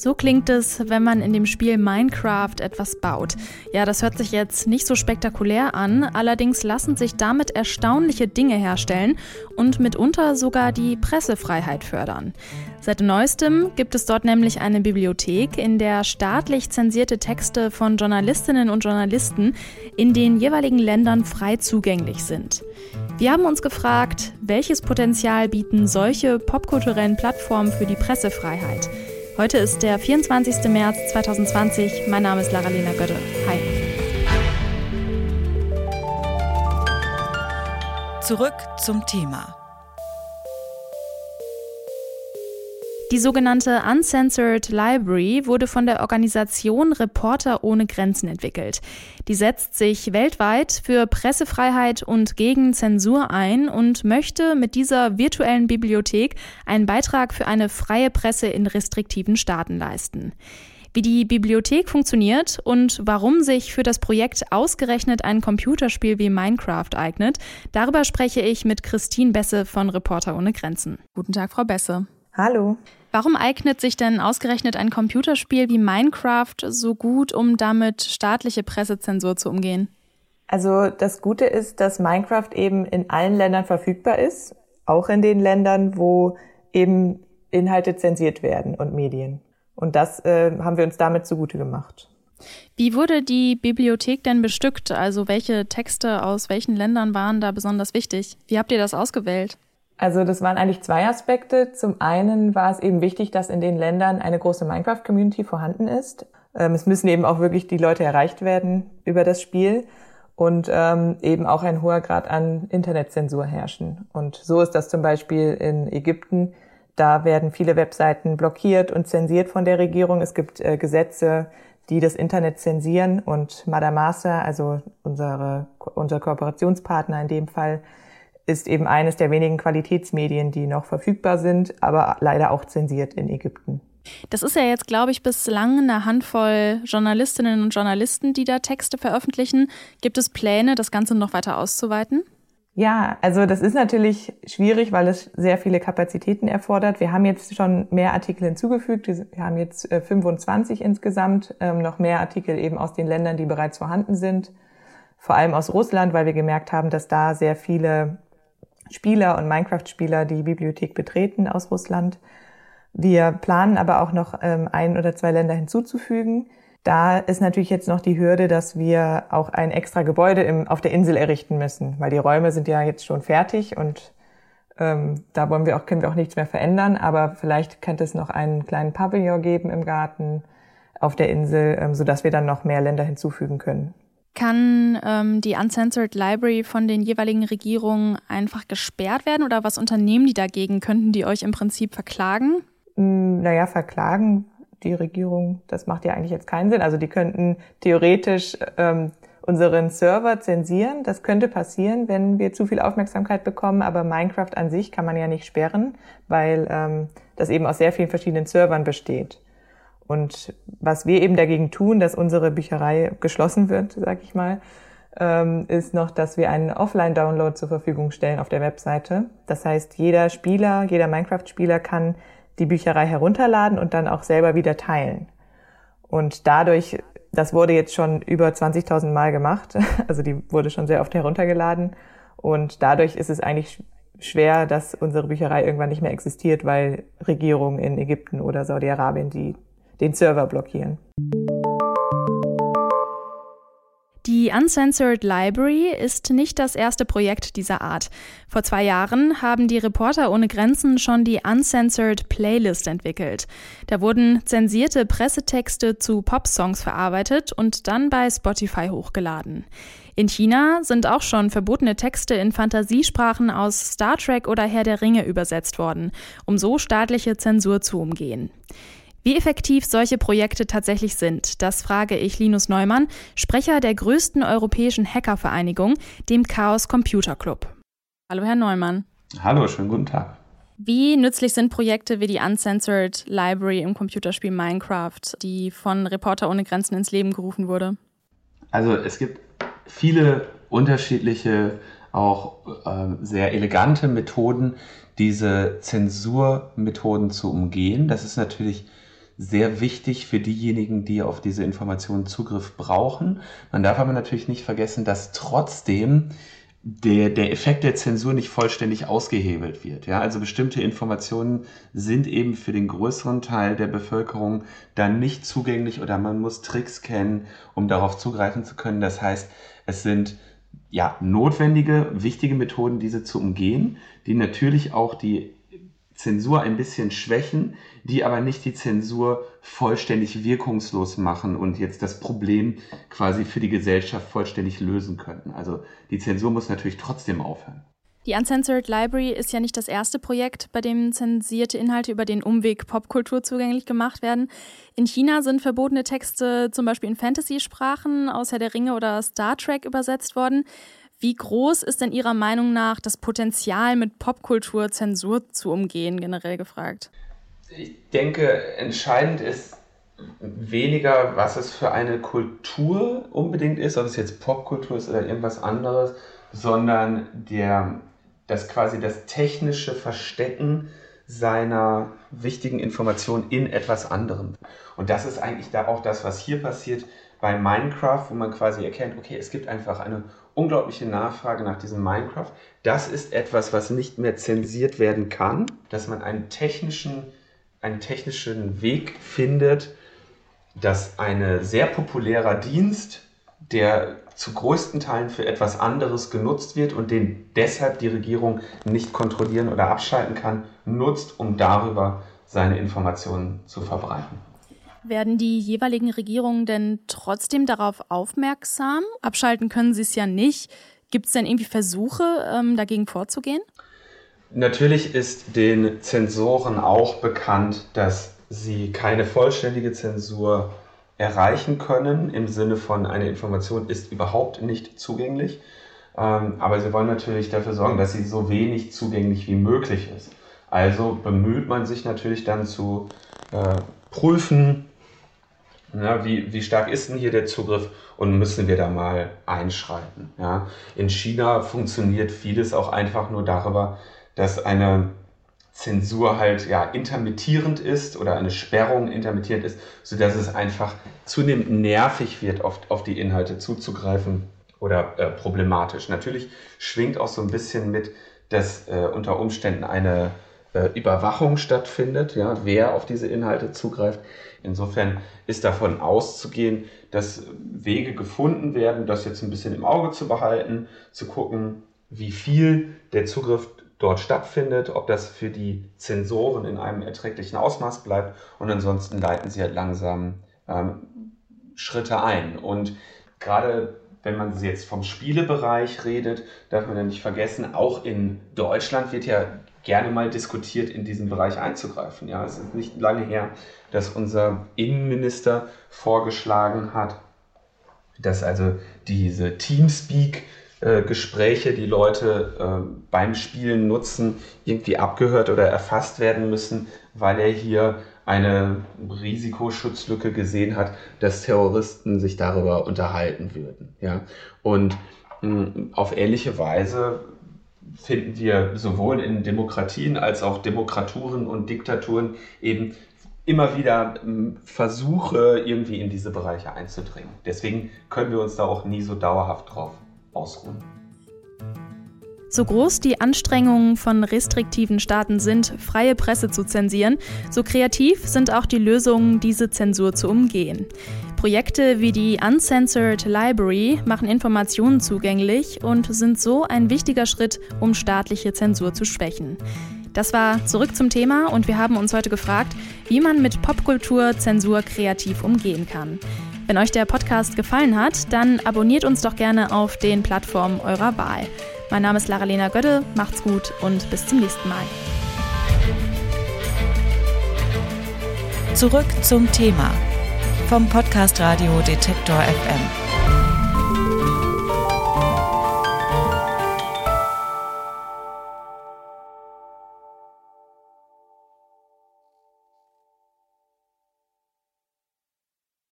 So klingt es, wenn man in dem Spiel Minecraft etwas baut. Ja, das hört sich jetzt nicht so spektakulär an, allerdings lassen sich damit erstaunliche Dinge herstellen und mitunter sogar die Pressefreiheit fördern. Seit neuestem gibt es dort nämlich eine Bibliothek, in der staatlich zensierte Texte von Journalistinnen und Journalisten in den jeweiligen Ländern frei zugänglich sind. Wir haben uns gefragt, welches Potenzial bieten solche popkulturellen Plattformen für die Pressefreiheit? Heute ist der 24. März 2020. Mein Name ist Lara-Lena Götte. Hi. Zurück zum Thema. Die sogenannte Uncensored Library wurde von der Organisation Reporter ohne Grenzen entwickelt. Die setzt sich weltweit für Pressefreiheit und gegen Zensur ein und möchte mit dieser virtuellen Bibliothek einen Beitrag für eine freie Presse in restriktiven Staaten leisten. Wie die Bibliothek funktioniert und warum sich für das Projekt ausgerechnet ein Computerspiel wie Minecraft eignet, darüber spreche ich mit Christine Besse von Reporter ohne Grenzen. Guten Tag, Frau Besse. Hallo. Warum eignet sich denn ausgerechnet ein Computerspiel wie Minecraft so gut, um damit staatliche Pressezensur zu umgehen? Also das Gute ist, dass Minecraft eben in allen Ländern verfügbar ist, auch in den Ländern, wo eben Inhalte zensiert werden und Medien. Und das haben wir uns damit zugute gemacht. Wie wurde die Bibliothek denn bestückt? Also welche Texte aus welchen Ländern waren da besonders wichtig? Wie habt ihr das ausgewählt? Also das waren eigentlich zwei Aspekte. Zum einen war es eben wichtig, dass in den Ländern eine große Minecraft-Community vorhanden ist. Es müssen eben auch wirklich die Leute erreicht werden über das Spiel und eben auch ein hoher Grad an Internetzensur herrschen. Und so ist das zum Beispiel in Ägypten. Da werden viele Webseiten blockiert und zensiert von der Regierung. Es gibt Gesetze, die das Internet zensieren, und Madamasa, also unser Kooperationspartner in dem Fall, ist eben eines der wenigen Qualitätsmedien, die noch verfügbar sind, aber leider auch zensiert in Ägypten. Das ist ja jetzt, glaube ich, bislang eine Handvoll Journalistinnen und Journalisten, die da Texte veröffentlichen. Gibt es Pläne, das Ganze noch weiter auszuweiten? Ja, also das ist natürlich schwierig, weil es sehr viele Kapazitäten erfordert. Wir haben jetzt schon mehr Artikel hinzugefügt. Wir haben jetzt 25 insgesamt, noch mehr Artikel eben aus den Ländern, die bereits vorhanden sind. Vor allem aus Russland, weil wir gemerkt haben, dass da sehr viele Spieler und Minecraft-Spieler die Bibliothek betreten aus Russland. Wir planen aber auch noch 1 oder 2 Länder hinzuzufügen. Da ist natürlich jetzt noch die Hürde, dass wir auch ein extra Gebäude auf der Insel errichten müssen, weil die Räume sind ja jetzt schon fertig und da können wir auch nichts mehr verändern. Aber vielleicht könnte es noch einen kleinen Pavillon geben im Garten auf der Insel, sodass wir dann noch mehr Länder hinzufügen können. Kann die Uncensored Library von den jeweiligen Regierungen einfach gesperrt werden oder was unternehmen die dagegen? Könnten die euch im Prinzip verklagen? Naja, verklagen die Regierung, das macht ja eigentlich jetzt keinen Sinn. Also die könnten theoretisch unseren Server zensieren. Das könnte passieren, wenn wir zu viel Aufmerksamkeit bekommen. Aber Minecraft an sich kann man ja nicht sperren, weil das eben aus sehr vielen verschiedenen Servern besteht. Und was wir eben dagegen tun, dass unsere Bücherei geschlossen wird, sag ich mal, ist noch, dass wir einen Offline-Download zur Verfügung stellen auf der Webseite. Das heißt, jeder Minecraft-Spieler kann die Bücherei herunterladen und dann auch selber wieder teilen. Und dadurch, das wurde jetzt schon über 20.000 Mal gemacht, also die wurde schon sehr oft heruntergeladen. Und dadurch ist es eigentlich schwer, dass unsere Bücherei irgendwann nicht mehr existiert, weil Regierungen in Ägypten oder Saudi-Arabien den Server blockieren. Die Uncensored Library ist nicht das erste Projekt dieser Art. Vor 2 Jahren haben die Reporter ohne Grenzen schon die Uncensored Playlist entwickelt. Da wurden zensierte Pressetexte zu Popsongs verarbeitet und dann bei Spotify hochgeladen. In China sind auch schon verbotene Texte in Fantasiesprachen aus Star Trek oder Herr der Ringe übersetzt worden, um so staatliche Zensur zu umgehen. Wie effektiv solche Projekte tatsächlich sind, das frage ich Linus Neumann, Sprecher der größten europäischen Hackervereinigung, dem Chaos Computer Club. Hallo, Herr Neumann. Hallo, schönen guten Tag. Wie nützlich sind Projekte wie die Uncensored Library im Computerspiel Minecraft, die von Reporter ohne Grenzen ins Leben gerufen wurde? Also es gibt viele unterschiedliche, auch sehr elegante Methoden, diese Zensurmethoden zu umgehen. Das ist natürlich sehr wichtig für diejenigen, die auf diese Informationen Zugriff brauchen. Man darf aber natürlich nicht vergessen, dass trotzdem der Effekt der Zensur nicht vollständig ausgehebelt wird. Ja, also bestimmte Informationen sind eben für den größeren Teil der Bevölkerung dann nicht zugänglich oder man muss Tricks kennen, um darauf zugreifen zu können. Das heißt, es sind notwendige, wichtige Methoden, diese zu umgehen, die natürlich auch die Zensur ein bisschen schwächen, die aber nicht die Zensur vollständig wirkungslos machen und jetzt das Problem quasi für die Gesellschaft vollständig lösen könnten. Also die Zensur muss natürlich trotzdem aufhören. Die Uncensored Library ist ja nicht das erste Projekt, bei dem zensierte Inhalte über den Umweg Popkultur zugänglich gemacht werden. In China sind verbotene Texte zum Beispiel in Fantasy-Sprachen aus Herr der Ringe oder Star Trek übersetzt worden. Wie groß ist denn Ihrer Meinung nach das Potenzial, mit Popkultur Zensur zu umgehen, generell gefragt? Ich denke, entscheidend ist weniger, was es für eine Kultur unbedingt ist, ob es jetzt Popkultur ist oder irgendwas anderes, sondern das technische Verstecken seiner wichtigen Informationen in etwas anderem. Und das ist eigentlich da auch das, was hier passiert bei Minecraft, wo man quasi erkennt, okay, es gibt einfach eine unglaubliche Nachfrage nach diesem Minecraft. Das ist etwas, was nicht mehr zensiert werden kann, dass man einen technischen Weg findet, dass ein sehr populärer Dienst, der zu größten Teilen für etwas anderes genutzt wird und den deshalb die Regierung nicht kontrollieren oder abschalten kann, nutzt, um darüber seine Informationen zu verbreiten. Werden die jeweiligen Regierungen denn trotzdem darauf aufmerksam? Abschalten können sie es ja nicht. Gibt es denn irgendwie Versuche, dagegen vorzugehen? Natürlich ist den Zensoren auch bekannt, dass sie keine vollständige Zensur erreichen können, im Sinne von, eine Information ist überhaupt nicht zugänglich. Aber sie wollen natürlich dafür sorgen, dass sie so wenig zugänglich wie möglich ist. Also bemüht man sich natürlich dann zu prüfen, wie stark ist denn hier der Zugriff und müssen wir da mal einschreiten. Ja? In China funktioniert vieles auch einfach nur darüber, dass eine Zensur halt intermittierend ist oder eine Sperrung intermittierend ist, sodass es einfach zunehmend nervig wird, auf die Inhalte zuzugreifen oder problematisch. Natürlich schwingt auch so ein bisschen mit, dass unter Umständen eine Überwachung stattfindet, wer auf diese Inhalte zugreift. Insofern ist davon auszugehen, dass Wege gefunden werden, das jetzt ein bisschen im Auge zu behalten, zu gucken, wie viel der Zugriff dort stattfindet, ob das für die Zensoren in einem erträglichen Ausmaß bleibt und ansonsten leiten sie halt langsam Schritte ein. Und gerade wenn man jetzt vom Spielebereich redet, darf man ja nicht vergessen, auch in Deutschland wird ja gerne mal diskutiert, in diesen Bereich einzugreifen. Ja, es ist nicht lange her, dass unser Innenminister vorgeschlagen hat, dass also diese Teamspeak-Gespräche, die Leute beim Spielen nutzen, irgendwie abgehört oder erfasst werden müssen, weil er hier eine Risikoschutzlücke gesehen hat, dass Terroristen sich darüber unterhalten würden. Ja? Und auf ähnliche Weise finden wir sowohl in Demokratien als auch Demokraturen und Diktaturen eben immer wieder Versuche, irgendwie in diese Bereiche einzudringen. Deswegen können wir uns da auch nie so dauerhaft drauf ausruhen. So groß die Anstrengungen von restriktiven Staaten sind, freie Presse zu zensieren, so kreativ sind auch die Lösungen, diese Zensur zu umgehen. Projekte wie die Uncensored Library machen Informationen zugänglich und sind so ein wichtiger Schritt, um staatliche Zensur zu schwächen. Das war Zurück zum Thema und wir haben uns heute gefragt, wie man mit Popkultur Zensur kreativ umgehen kann. Wenn euch der Podcast gefallen hat, dann abonniert uns doch gerne auf den Plattformen eurer Wahl. Mein Name ist Lara-Lena Gödde, macht's gut und bis zum nächsten Mal. Zurück zum Thema vom Podcast Radio Detektor FM.